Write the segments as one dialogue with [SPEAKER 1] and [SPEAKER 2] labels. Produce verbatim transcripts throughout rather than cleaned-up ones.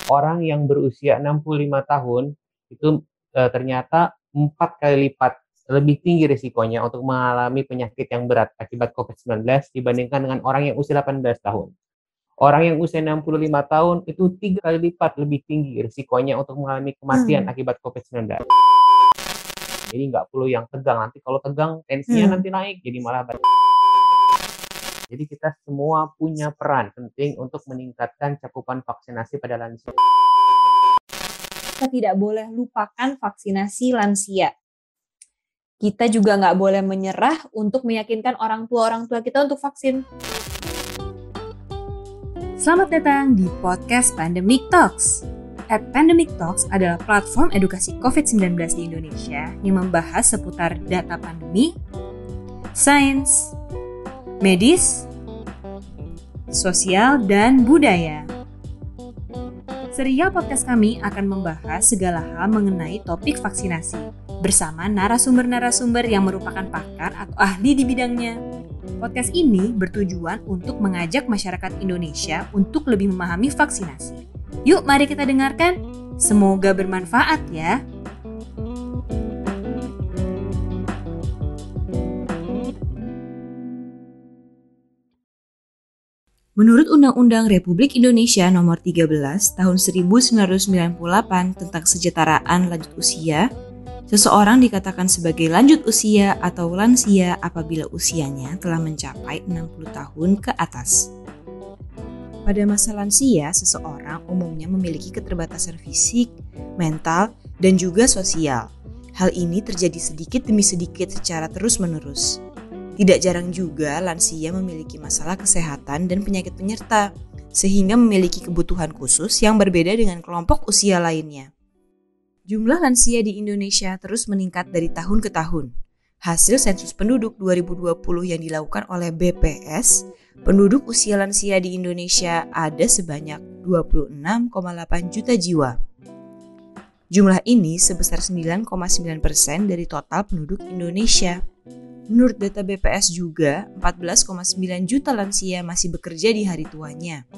[SPEAKER 1] Orang yang berusia enam puluh lima tahun itu, eee, ternyata empat kali lipat lebih tinggi risikonya untuk mengalami penyakit yang berat akibat covid sembilan belas dibandingkan dengan orang yang usia delapan belas tahun. Orang yang usia enam puluh lima tahun itu tiga kali lipat lebih tinggi risikonya untuk mengalami kematian
[SPEAKER 2] Mmm.
[SPEAKER 1] akibat covid sembilan belas. Jadi nggak perlu yang tegang, nanti kalau tegang tensinya
[SPEAKER 2] Mmm.
[SPEAKER 1] nanti naik, jadi malah ba Jadi kita semua punya peran penting untuk meningkatkan cakupan vaksinasi pada lansia.
[SPEAKER 2] Kita tidak boleh lupakan vaksinasi lansia. Kita juga nggak boleh menyerah untuk meyakinkan orang tua-orang tua kita untuk vaksin.
[SPEAKER 3] Selamat datang di podcast Pandemic Talks. At Pandemic Talks adalah platform edukasi covid sembilan belas di Indonesia yang membahas seputar data pandemi, sains, medis, sosial, dan budaya. Serial podcast kami akan membahas segala hal mengenai topik vaksinasi bersama narasumber-narasumber yang merupakan pakar atau ahli di bidangnya. Podcast ini bertujuan untuk mengajak masyarakat Indonesia untuk lebih memahami vaksinasi. Yuk mari kita dengarkan. Semoga bermanfaat ya. Menurut Undang-Undang Republik Indonesia Nomor tiga belas Tahun seribu sembilan ratus sembilan puluh delapan tentang Kesejahteraaan Lanjut Usia, seseorang dikatakan sebagai lanjut usia atau lansia apabila usianya telah mencapai enam puluh tahun ke atas. Pada masa lansia, seseorang umumnya memiliki keterbatasan fisik, mental, dan juga sosial. Hal ini terjadi sedikit demi sedikit secara terus-menerus. Tidak jarang juga lansia memiliki masalah kesehatan dan penyakit penyerta, sehingga memiliki kebutuhan khusus yang berbeda dengan kelompok usia lainnya. Jumlah lansia di Indonesia terus meningkat dari tahun ke tahun. Hasil sensus penduduk dua ribu dua puluh yang dilakukan oleh B P S, penduduk usia lansia di Indonesia ada sebanyak dua puluh enam koma delapan juta jiwa. Jumlah ini sebesar sembilan koma sembilan persen dari total penduduk Indonesia. Menurut data B P S juga, empat belas koma sembilan juta lansia masih bekerja di hari tuanya.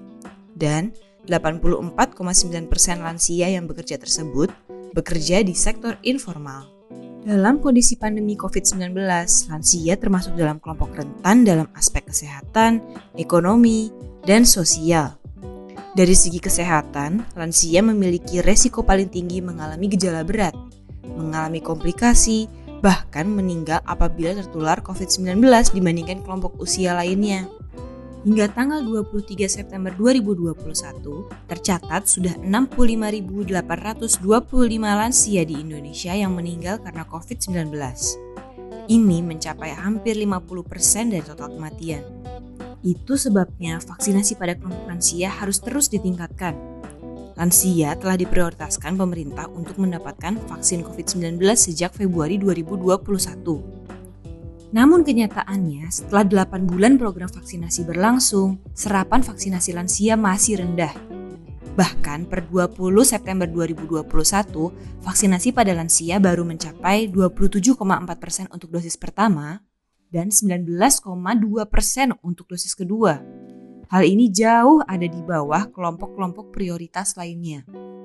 [SPEAKER 3] Dan delapan puluh empat koma sembilan persen lansia yang bekerja tersebut bekerja di sektor informal. Dalam kondisi pandemi covid sembilan belas, lansia termasuk dalam kelompok rentan dalam aspek kesehatan, ekonomi, dan sosial. Dari segi kesehatan, lansia memiliki resiko paling tinggi mengalami gejala berat, mengalami komplikasi, bahkan meninggal apabila tertular covid sembilan belas dibandingkan kelompok usia lainnya. Hingga tanggal dua puluh tiga September dua ribu dua puluh satu, tercatat sudah enam puluh lima ribu delapan ratus dua puluh lima lansia di Indonesia yang meninggal karena covid sembilan belas. Ini mencapai hampir lima puluh persen dari total kematian. Itu sebabnya vaksinasi pada kelompok lansia harus terus ditingkatkan. Lansia telah diprioritaskan pemerintah untuk mendapatkan vaksin covid sembilan belas sejak Februari dua ribu dua puluh satu. Namun kenyataannya, setelah delapan bulan program vaksinasi berlangsung, serapan vaksinasi lansia masih rendah. Bahkan per dua puluh September dua ribu dua puluh satu, vaksinasi pada lansia baru mencapai dua puluh tujuh koma empat persen untuk dosis pertama dan sembilan belas koma dua persen untuk dosis kedua. Hal ini jauh ada di bawah kelompok-kelompok prioritas lainnya.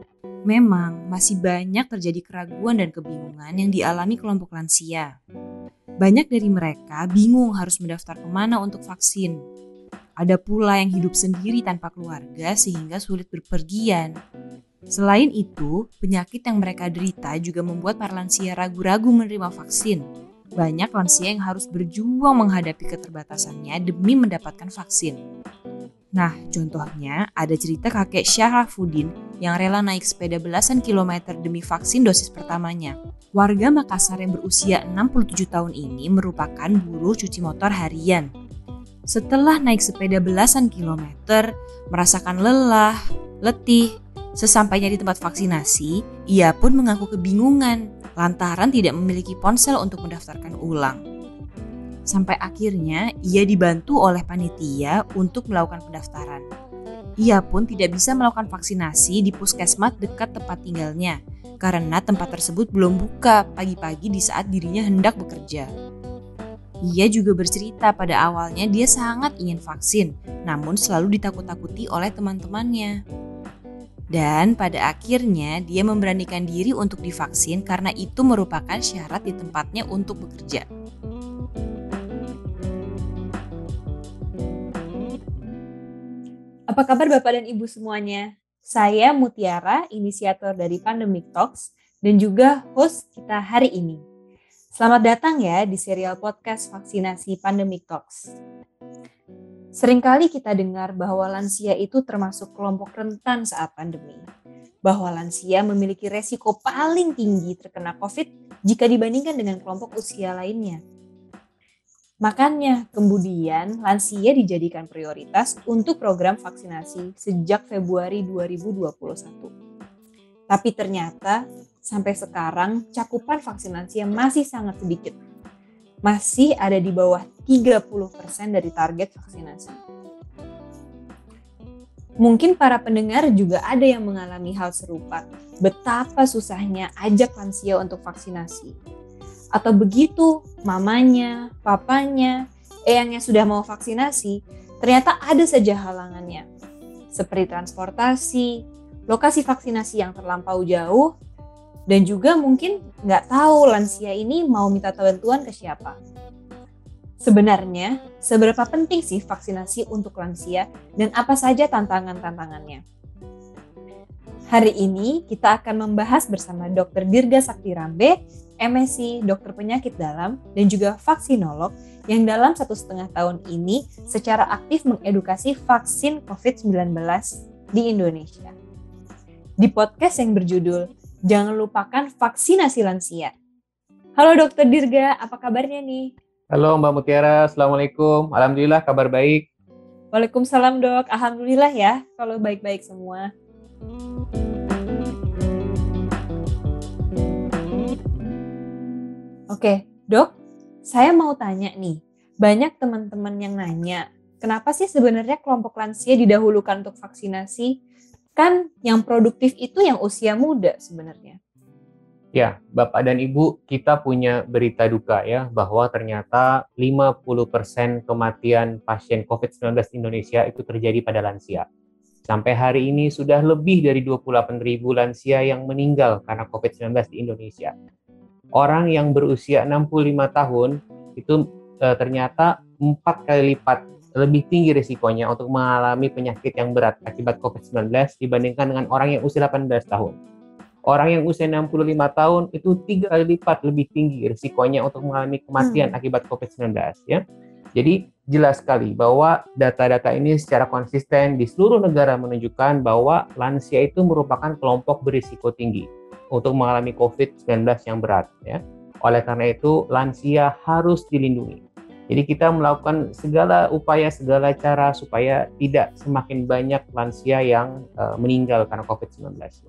[SPEAKER 3] Memang masih banyak terjadi keraguan dan kebingungan yang dialami kelompok lansia. Banyak dari mereka bingung harus mendaftar kemana untuk vaksin. Ada pula yang hidup sendiri tanpa keluarga sehingga sulit berpergian. Selain itu, penyakit yang mereka derita juga membuat para lansia ragu-ragu menerima vaksin. Banyak lansia yang harus berjuang menghadapi keterbatasannya demi mendapatkan vaksin. Nah, contohnya ada cerita kakek Syarafuddin yang rela naik sepeda belasan kilometer demi vaksin dosis pertamanya. Warga Makassar yang berusia enam puluh tujuh tahun ini merupakan buruh cuci motor harian. Setelah naik sepeda belasan kilometer, merasakan lelah, letih, sesampainya di tempat vaksinasi, ia pun mengaku kebingungan lantaran tidak memiliki ponsel untuk mendaftarkan ulang. Sampai akhirnya ia dibantu oleh panitia untuk melakukan pendaftaran. Ia pun tidak bisa melakukan vaksinasi di puskesmas dekat tempat tinggalnya karena tempat tersebut belum buka pagi-pagi di saat dirinya hendak bekerja. Ia juga bercerita pada awalnya dia sangat ingin vaksin, namun selalu ditakut-takuti oleh teman-temannya. Dan pada akhirnya dia memberanikan diri untuk divaksin karena itu merupakan syarat di tempatnya untuk bekerja.
[SPEAKER 2] Apa kabar Bapak dan Ibu semuanya? Saya Mutiara, inisiator dari Pandemic Talks dan juga host kita hari ini. Selamat datang ya di serial podcast vaksinasi Pandemic Talks. Seringkali kita dengar bahwa lansia itu termasuk kelompok rentan saat pandemi. Bahwa lansia memiliki resiko paling tinggi terkena COVID jika dibandingkan dengan kelompok usia lainnya. Makanya kemudian lansia dijadikan prioritas untuk program vaksinasi sejak Februari dua ribu dua puluh satu. Tapi ternyata sampai sekarang cakupan vaksinasi yang masih sangat sedikit. Masih ada di bawah tiga puluh persen dari target vaksinasi. Mungkin para pendengar juga ada yang mengalami hal serupa. Betapa susahnya ajak lansia untuk vaksinasi. Atau begitu mamanya, papanya, eyangnya sudah mau vaksinasi, ternyata ada saja halangannya. Seperti transportasi, lokasi vaksinasi yang terlampau jauh, dan juga mungkin nggak tahu lansia ini mau minta bantuan ke siapa. Sebenarnya, seberapa penting sih vaksinasi untuk lansia dan apa saja tantangan-tantangannya? Hari ini kita akan membahas bersama dokter Dirga Saktirambe, M Si, dokter penyakit dalam, dan juga vaksinolog yang dalam satu setengah tahun ini secara aktif mengedukasi vaksin covid sembilan belas di Indonesia. Di podcast yang berjudul Jangan Lupakan Vaksinasi Lansia. Halo dokter Dirga, apa kabarnya nih?
[SPEAKER 1] Halo Mbak Mutiara, Assalamualaikum. Alhamdulillah kabar baik.
[SPEAKER 2] Waalaikumsalam dok, Alhamdulillah ya kalau baik-baik semua. Oke, dok, saya mau tanya nih, banyak teman-teman yang nanya, kenapa sih sebenarnya kelompok lansia didahulukan untuk vaksinasi? Kan yang produktif itu yang usia muda sebenarnya.
[SPEAKER 1] Ya, Bapak dan Ibu, kita punya berita duka ya, bahwa ternyata lima puluh persen kematian pasien covid sembilan belas di Indonesia itu terjadi pada lansia. Sampai hari ini sudah lebih dari dua puluh delapan ribu lansia yang meninggal karena covid sembilan belas di Indonesia. Orang yang berusia enam puluh lima tahun itu e, ternyata empat kali lipat lebih tinggi risikonya untuk mengalami penyakit yang berat akibat covid sembilan belas dibandingkan dengan orang yang usia delapan belas tahun. Orang yang usia enam puluh lima tahun itu tiga kali lipat lebih tinggi risikonya untuk mengalami kematian hmm. akibat covid sembilan belas ya. Jadi jelas sekali bahwa data-data ini secara konsisten di seluruh negara menunjukkan bahwa lansia itu merupakan kelompok berisiko tinggi untuk mengalami covid sembilan belas yang berat ya. Oleh karena itu lansia harus dilindungi. Jadi kita melakukan segala upaya, segala cara supaya tidak semakin banyak lansia yang uh, meninggal karena covid sembilan belas.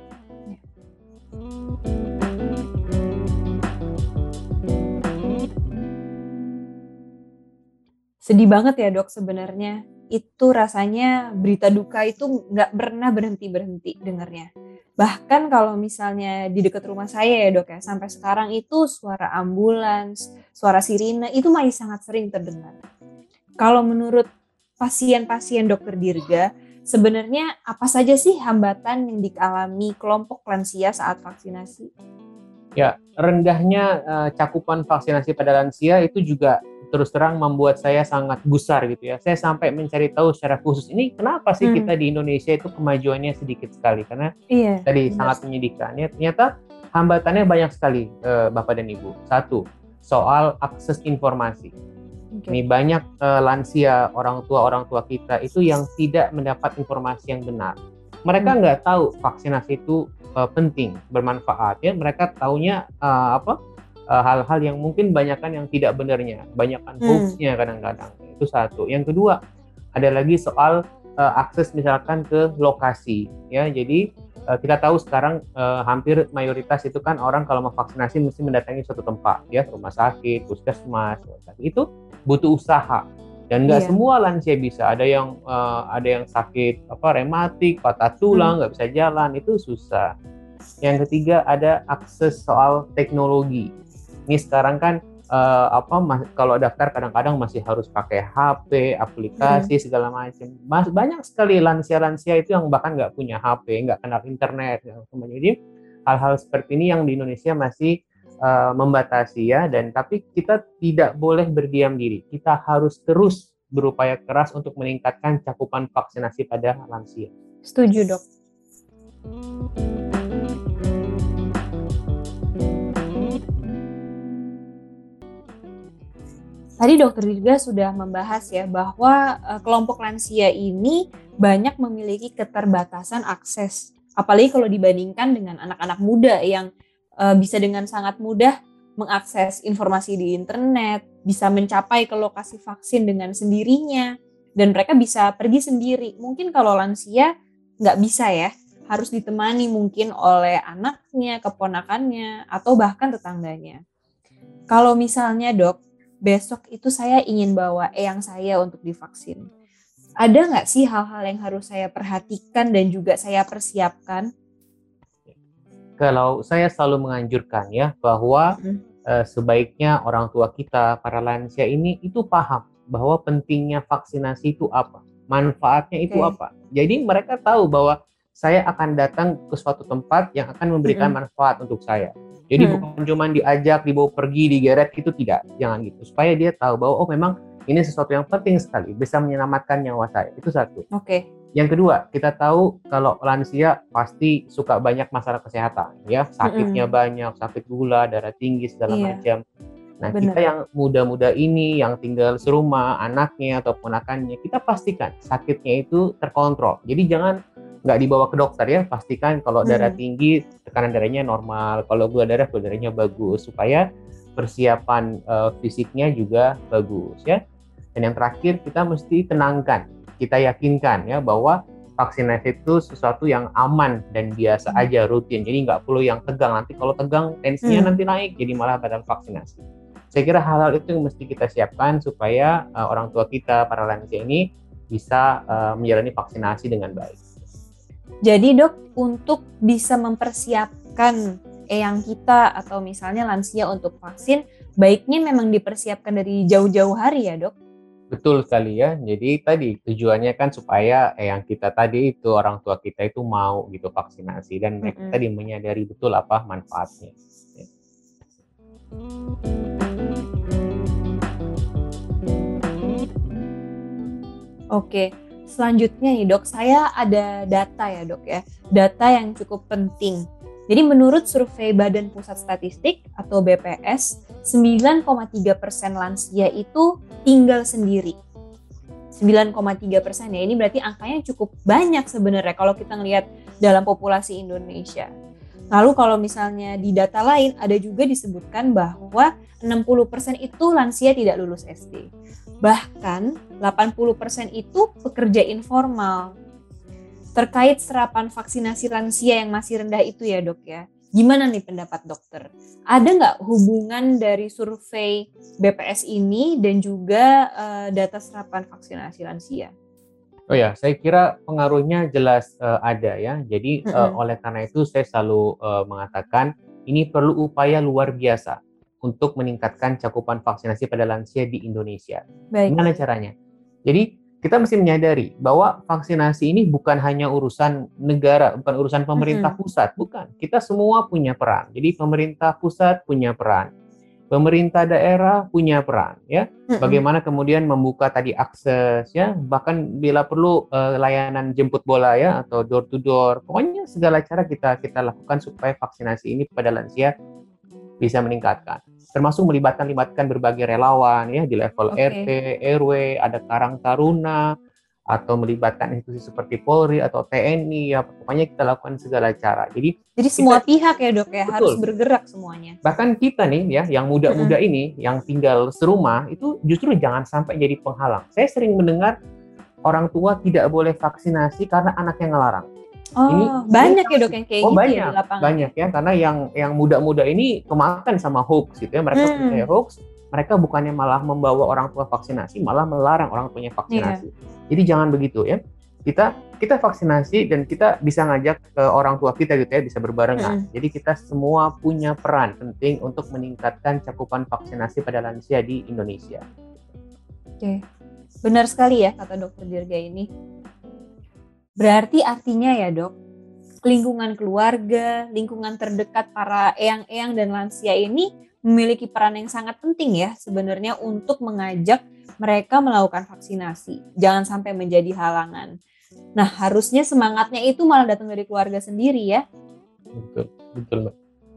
[SPEAKER 2] Sedih banget ya dok sebenarnya. Itu rasanya berita duka itu nggak pernah berhenti-berhenti dengarnya. Bahkan kalau misalnya di dekat rumah saya ya dok ya, sampai sekarang itu suara ambulans, suara sirine itu masih sangat sering terdengar. Kalau menurut pasien-pasien dokter Dirga, sebenarnya apa saja sih hambatan yang dialami kelompok lansia saat vaksinasi?
[SPEAKER 1] Ya, rendahnya uh, cakupan vaksinasi pada lansia itu juga terus terang membuat saya sangat gusar gitu ya. Saya sampai mencari tahu secara khusus ini kenapa sih hmm. kita di Indonesia itu kemajuannya sedikit sekali karena iya, tadi benar. Sangat menyedihkan. Ya, ternyata hambatannya banyak sekali eh, Bapak dan Ibu. Satu, soal akses informasi. Okay. Ini banyak eh, lansia orang tua orang tua kita itu yang tidak mendapat informasi yang benar. Mereka nggak hmm. tahu vaksinasi itu eh, penting, bermanfaat ya. Mereka taunya eh, apa? hal-hal yang mungkin banyakkan yang tidak benarnya, banyakkan hoax-nya hmm. kadang-kadang. Itu satu. Yang kedua, ada lagi soal uh, akses misalkan ke lokasi. Ya, jadi uh, kita tahu sekarang uh, hampir mayoritas itu kan orang kalau mau vaksinasi mesti mendatangi suatu tempat, ya, rumah sakit, puskesmas. Itu butuh usaha. Dan nggak yeah. semua lansia bisa. Ada yang uh, ada yang sakit apa rematik, patah tulang, nggak hmm. bisa jalan, itu susah. Yang ketiga ada akses soal teknologi. Ini sekarang kan uh, apa mas, kalau daftar kadang-kadang masih harus pakai H P, aplikasi hmm. segala macam. Mas, banyak sekali lansia-lansia itu yang bahkan nggak punya H P, nggak kenal internet. Jadi hal-hal seperti ini yang di Indonesia masih uh, membatasi ya. Dan tapi kita tidak boleh berdiam diri. Kita harus terus berupaya keras untuk meningkatkan cakupan vaksinasi pada lansia.
[SPEAKER 2] Setuju, Dok. Tadi Dokter Dirga sudah membahas ya bahwa uh, kelompok lansia ini banyak memiliki keterbatasan akses, apalagi kalau dibandingkan dengan anak-anak muda yang uh, bisa dengan sangat mudah mengakses informasi di internet, bisa mencapai ke lokasi vaksin dengan sendirinya, dan mereka bisa pergi sendiri. Mungkin kalau lansia nggak bisa ya, harus ditemani mungkin oleh anaknya, keponakannya, atau bahkan tetangganya. Kalau misalnya Dok, besok itu saya ingin bawa eyang saya untuk divaksin. Ada nggak sih hal-hal yang harus saya perhatikan dan juga saya persiapkan?
[SPEAKER 1] Kalau saya selalu menganjurkan ya bahwa hmm. eh, sebaiknya orang tua kita, para lansia ini itu paham bahwa pentingnya vaksinasi itu apa, manfaatnya itu okay. apa. Jadi mereka tahu bahwa saya akan datang ke suatu tempat yang akan memberikan hmm. manfaat untuk saya. Jadi hmm. bukan cuma diajak, dibawa pergi, digeret, itu tidak. Jangan gitu. Supaya dia tahu bahwa, oh memang ini sesuatu yang penting sekali. Bisa menyelamatkan nyawa saya. Itu satu. Oke.
[SPEAKER 2] Okay.
[SPEAKER 1] Yang kedua, kita tahu kalau lansia pasti suka banyak masalah kesehatan. Ya, sakitnya hmm. banyak, sakit gula, darah tinggi, segala iya. macam. Nah, Bener. Kita yang muda-muda ini, yang tinggal serumah, anaknya atau ponakannya, kita pastikan sakitnya itu terkontrol. Jadi jangan nggak dibawa ke dokter ya, pastikan kalau darah hmm. tinggi, tekanan darahnya normal, kalau gula darah, gula darahnya bagus, supaya persiapan uh, fisiknya juga bagus ya. Dan yang terakhir, kita mesti tenangkan, kita yakinkan ya bahwa vaksinasi itu sesuatu yang aman dan biasa hmm. aja, rutin, jadi nggak perlu yang tegang, nanti kalau tegang tensinya hmm. nanti naik, jadi malah batal vaksinasi. Saya kira hal-hal itu yang mesti kita siapkan supaya uh, orang tua kita, para lansia ini bisa uh, menjalani vaksinasi dengan baik.
[SPEAKER 2] Jadi Dok, untuk bisa mempersiapkan eyang kita atau misalnya lansia untuk vaksin, baiknya memang dipersiapkan dari jauh-jauh hari ya Dok?
[SPEAKER 1] Betul sekali ya, jadi tadi tujuannya kan supaya eyang kita tadi itu, orang tua kita itu mau gitu vaksinasi, dan mereka mm-hmm. tadi menyadari betul apa manfaatnya. Ya.
[SPEAKER 2] Oke. Selanjutnya nih Dok, saya ada data ya Dok ya, data yang cukup penting. Jadi menurut survei Badan Pusat Statistik atau B P S, sembilan koma tiga persen lansia itu tinggal sendiri. sembilan koma tiga persen ya, ini berarti angkanya cukup banyak sebenarnya kalau kita ngelihat dalam populasi Indonesia. Lalu kalau misalnya di data lain ada juga disebutkan bahwa enam puluh persen itu lansia tidak lulus S D. Bahkan delapan puluh persen itu pekerja informal. Terkait serapan vaksinasi lansia yang masih rendah itu ya Dok ya, gimana nih pendapat dokter? Ada nggak hubungan dari survei B P S ini dan juga uh, data serapan vaksinasi lansia?
[SPEAKER 1] Oh ya, saya kira pengaruhnya jelas uh, ada ya. Jadi mm-hmm. uh, oleh karena itu saya selalu uh, mengatakan ini perlu upaya luar biasa untuk meningkatkan cakupan vaksinasi pada lansia di Indonesia. Baik. Gimana caranya? Jadi kita mesti menyadari bahwa vaksinasi ini bukan hanya urusan negara, bukan urusan pemerintah mm-hmm. pusat, bukan. Kita semua punya peran. Jadi pemerintah pusat punya peran, pemerintah daerah punya peran, ya. Mm-hmm. Bagaimana kemudian membuka tadi akses, ya, bahkan bila perlu uh, layanan jemput bola, ya, atau door to door. Pokoknya segala cara kita kita lakukan supaya vaksinasi ini pada lansia bisa meningkatkan, termasuk melibatkan libatkan berbagai relawan ya di level okay. R T, R W, ada Karang Taruna, atau melibatkan institusi seperti Polri atau T N I, ya pokoknya kita lakukan segala cara. Jadi
[SPEAKER 2] jadi semua kita, pihak ya Dok ya, betul, harus bergerak semuanya.
[SPEAKER 1] Bahkan kita nih ya yang muda-muda mm-hmm. ini yang tinggal serumah itu justru jangan sampai jadi penghalang. Saya sering mendengar orang tua tidak boleh vaksinasi karena anaknya ngelarang.
[SPEAKER 2] Oh, ini banyak ini, ya Dok yang kayak
[SPEAKER 1] oh,
[SPEAKER 2] gitu
[SPEAKER 1] banyak,
[SPEAKER 2] ya di lapangan.
[SPEAKER 1] Banyak ya, karena yang yang muda-muda ini kemakan sama hoax gitu ya. Mereka hmm. percaya hoax, mereka bukannya malah membawa orang tua vaksinasi, malah melarang orang tuanya vaksinasi. Yeah. Jadi jangan begitu ya. kita kita vaksinasi dan kita bisa ngajak ke orang tua kita gitu ya, bisa berbarengan.
[SPEAKER 2] Mm-mm.
[SPEAKER 1] Jadi kita semua punya peran penting untuk meningkatkan cakupan vaksinasi pada lansia di Indonesia.
[SPEAKER 2] Oke, benar sekali ya kata Dokter Dirga ini. Berarti artinya ya dok, lingkungan keluarga, lingkungan terdekat para eyang-eyang dan lansia ini memiliki peran yang sangat penting ya sebenarnya untuk mengajak mereka melakukan vaksinasi. Jangan sampai menjadi halangan. Nah, harusnya semangatnya itu malah datang dari keluarga sendiri ya.
[SPEAKER 1] Betul, betul Mbak.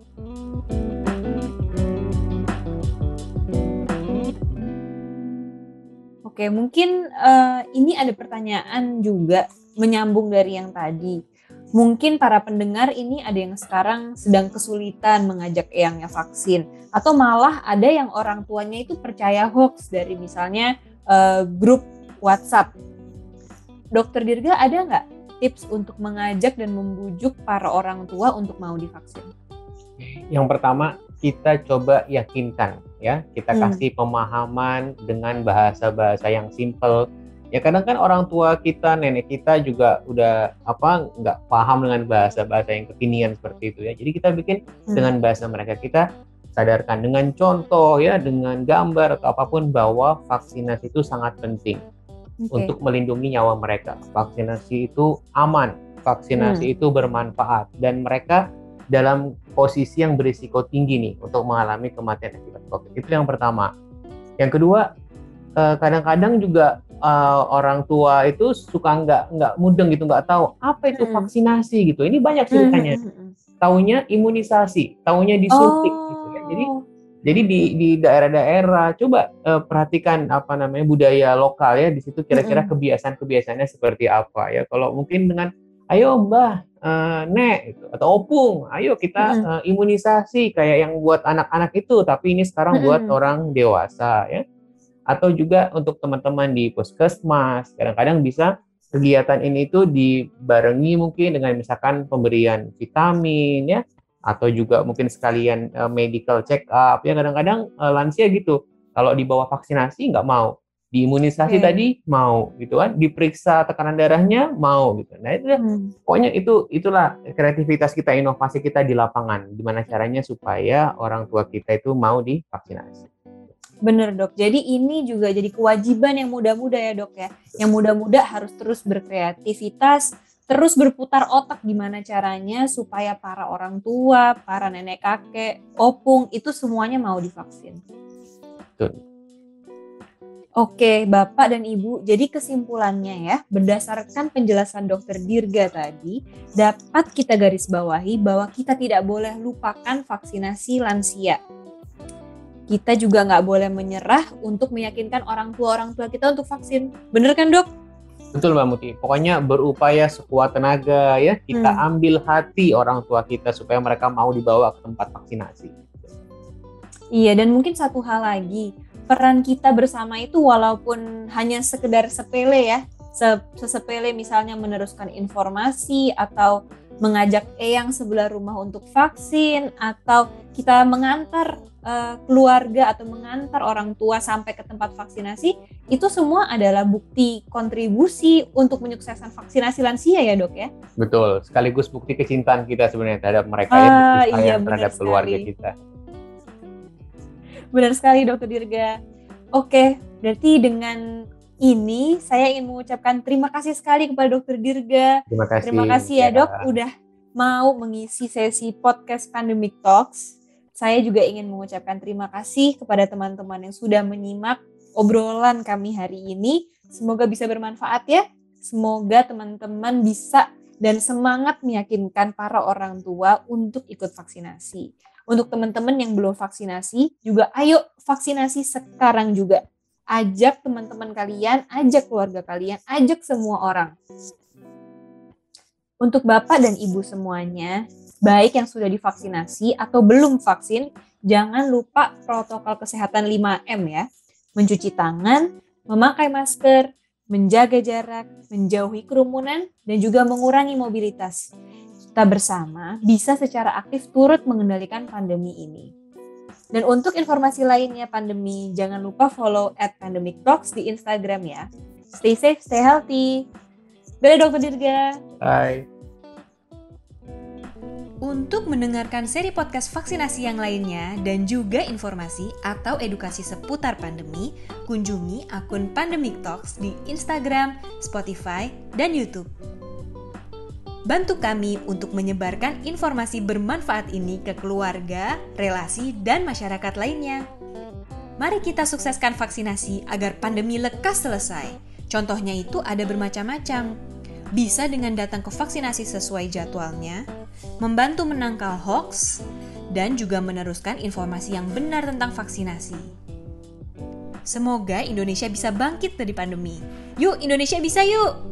[SPEAKER 2] Oke, mungkin uh, ini ada pertanyaan juga menyambung dari yang tadi. Mungkin para pendengar ini ada yang sekarang sedang kesulitan mengajak eyangnya vaksin. Atau malah ada yang orang tuanya itu percaya hoax dari misalnya uh, grup WhatsApp. Dokter Dirga ada nggak tips untuk mengajak dan membujuk para orang tua untuk mau divaksin?
[SPEAKER 1] Yang pertama, kita coba yakinkan ya, kita
[SPEAKER 2] Hmm.
[SPEAKER 1] kasih pemahaman dengan bahasa-bahasa yang simple. Ya kadang kan orang tua kita, nenek kita juga udah apa nggak paham dengan bahasa-bahasa yang kekinian seperti itu ya. Jadi kita bikin
[SPEAKER 2] Hmm.
[SPEAKER 1] dengan bahasa mereka, kita sadarkan dengan contoh ya, dengan gambar atau apapun bahwa vaksinasi itu sangat penting.
[SPEAKER 2] Oke.
[SPEAKER 1] Untuk melindungi nyawa mereka. Vaksinasi itu aman, vaksinasi
[SPEAKER 2] Hmm.
[SPEAKER 1] itu bermanfaat, dan mereka dalam posisi yang berisiko tinggi nih untuk mengalami kematian akibat COVID. Itu yang pertama. Yang kedua, eh, kadang-kadang juga eh, orang tua itu suka nggak nggak mudeng gitu, nggak tahu apa itu
[SPEAKER 2] Hmm.
[SPEAKER 1] vaksinasi gitu. Ini banyak
[SPEAKER 2] Hmm,
[SPEAKER 1] ceritanya.
[SPEAKER 2] hmm, hmm.
[SPEAKER 1] Taunya imunisasi, taunya disuntik gitu ya. Jadi
[SPEAKER 2] Oh.
[SPEAKER 1] Jadi di di daerah-daerah coba eh, perhatikan apa namanya budaya lokal ya, di situ kira-kira
[SPEAKER 2] Mm-mm.
[SPEAKER 1] kebiasaan-kebiasaannya seperti apa ya. Kalau mungkin dengan ayo Mbah, eh, Nek gitu, atau Opung, ayo kita
[SPEAKER 2] Mm-mm.
[SPEAKER 1] eh, imunisasi kayak yang buat anak-anak itu, tapi ini sekarang buat
[SPEAKER 2] Mm-mm.
[SPEAKER 1] orang dewasa ya. Atau juga untuk teman-teman di puskesmas, kadang-kadang bisa kegiatan ini tuh dibarengi mungkin dengan misalkan pemberian vitamin ya, atau juga mungkin sekalian uh, medical check up ya. Kadang-kadang uh, lansia gitu, kalau dibawa vaksinasi nggak mau, diimunisasi
[SPEAKER 2] Oke.
[SPEAKER 1] tadi mau gitu kan, diperiksa tekanan darahnya mau gitu. Nah itu
[SPEAKER 2] Hmm.
[SPEAKER 1] pokoknya itu itulah kreativitas kita, inovasi kita di lapangan, gimana caranya supaya orang tua kita itu mau divaksinasi.
[SPEAKER 2] Bener dok, jadi ini juga jadi kewajiban yang muda-muda ya dok ya. Yang muda-muda harus terus berkreativitas, terus berputar otak gimana caranya supaya para orang tua, para nenek kakek, opung itu semuanya mau divaksin.
[SPEAKER 1] Betul.
[SPEAKER 2] Oke Bapak dan Ibu, jadi kesimpulannya ya, berdasarkan penjelasan dokter Dirga tadi, dapat kita garis bawahi bahwa kita tidak boleh lupakan vaksinasi lansia. Kita juga nggak boleh menyerah untuk meyakinkan orang tua-orang tua kita untuk vaksin. Bener kan dok?
[SPEAKER 1] Betul Mbak Muti, pokoknya berupaya sekuat tenaga ya, kita
[SPEAKER 2] Hmm.
[SPEAKER 1] ambil hati orang tua kita supaya mereka mau dibawa ke tempat vaksinasi.
[SPEAKER 2] Iya, dan mungkin satu hal lagi, peran kita bersama itu walaupun hanya sekedar sepele ya, sesepele misalnya meneruskan informasi atau mengajak eyang sebelah rumah untuk vaksin, atau kita mengantar uh, keluarga atau mengantar orang tua sampai ke tempat vaksinasi, itu semua adalah bukti kontribusi untuk menyukseskan vaksinasi lansia ya dok ya?
[SPEAKER 1] Betul, sekaligus bukti kecintaan kita sebenarnya terhadap mereka
[SPEAKER 2] Ah,
[SPEAKER 1] ya, bukti sayang
[SPEAKER 2] iya,
[SPEAKER 1] terhadap
[SPEAKER 2] benar
[SPEAKER 1] keluarga
[SPEAKER 2] sekali.
[SPEAKER 1] kita.
[SPEAKER 2] Benar sekali dokter Dirga. Oke, berarti dengan ini saya ingin mengucapkan terima kasih sekali kepada dokter Dirga.
[SPEAKER 1] Terima kasih.
[SPEAKER 2] Terima kasih ya dok udah mau mengisi sesi podcast Pandemic Talks. Saya juga ingin mengucapkan terima kasih kepada teman-teman yang sudah menyimak obrolan kami hari ini. Semoga bisa bermanfaat ya. Semoga teman-teman bisa dan semangat meyakinkan para orang tua untuk ikut vaksinasi. Untuk teman-teman yang belum vaksinasi, juga ayo vaksinasi sekarang juga. Ajak teman-teman kalian, ajak keluarga kalian, ajak semua orang. Untuk Bapak dan Ibu semuanya, baik yang sudah divaksinasi atau belum vaksin, jangan lupa protokol kesehatan lima M ya. Mencuci tangan, memakai masker, menjaga jarak, menjauhi kerumunan, dan juga mengurangi mobilitas. Kita bersama bisa secara aktif turut mengendalikan pandemi ini. Dan untuk informasi lainnya pandemi, jangan lupa follow at Pandemic Talks di Instagram ya. Stay safe, stay healthy. Dadah Dokter Dirga.
[SPEAKER 1] Bye.
[SPEAKER 3] Untuk mendengarkan seri podcast vaksinasi yang lainnya dan juga informasi atau edukasi seputar pandemi, kunjungi akun Pandemic Talks di Instagram, Spotify, dan YouTube. Bantu kami untuk menyebarkan informasi bermanfaat ini ke keluarga, relasi, dan masyarakat lainnya. Mari kita sukseskan vaksinasi agar pandemi lekas selesai. Contohnya itu ada bermacam-macam. Bisa dengan datang ke vaksinasi sesuai jadwalnya, membantu menangkal hoax, dan juga meneruskan informasi yang benar tentang vaksinasi. Semoga Indonesia bisa bangkit dari pandemi. Yuk, Indonesia bisa yuk!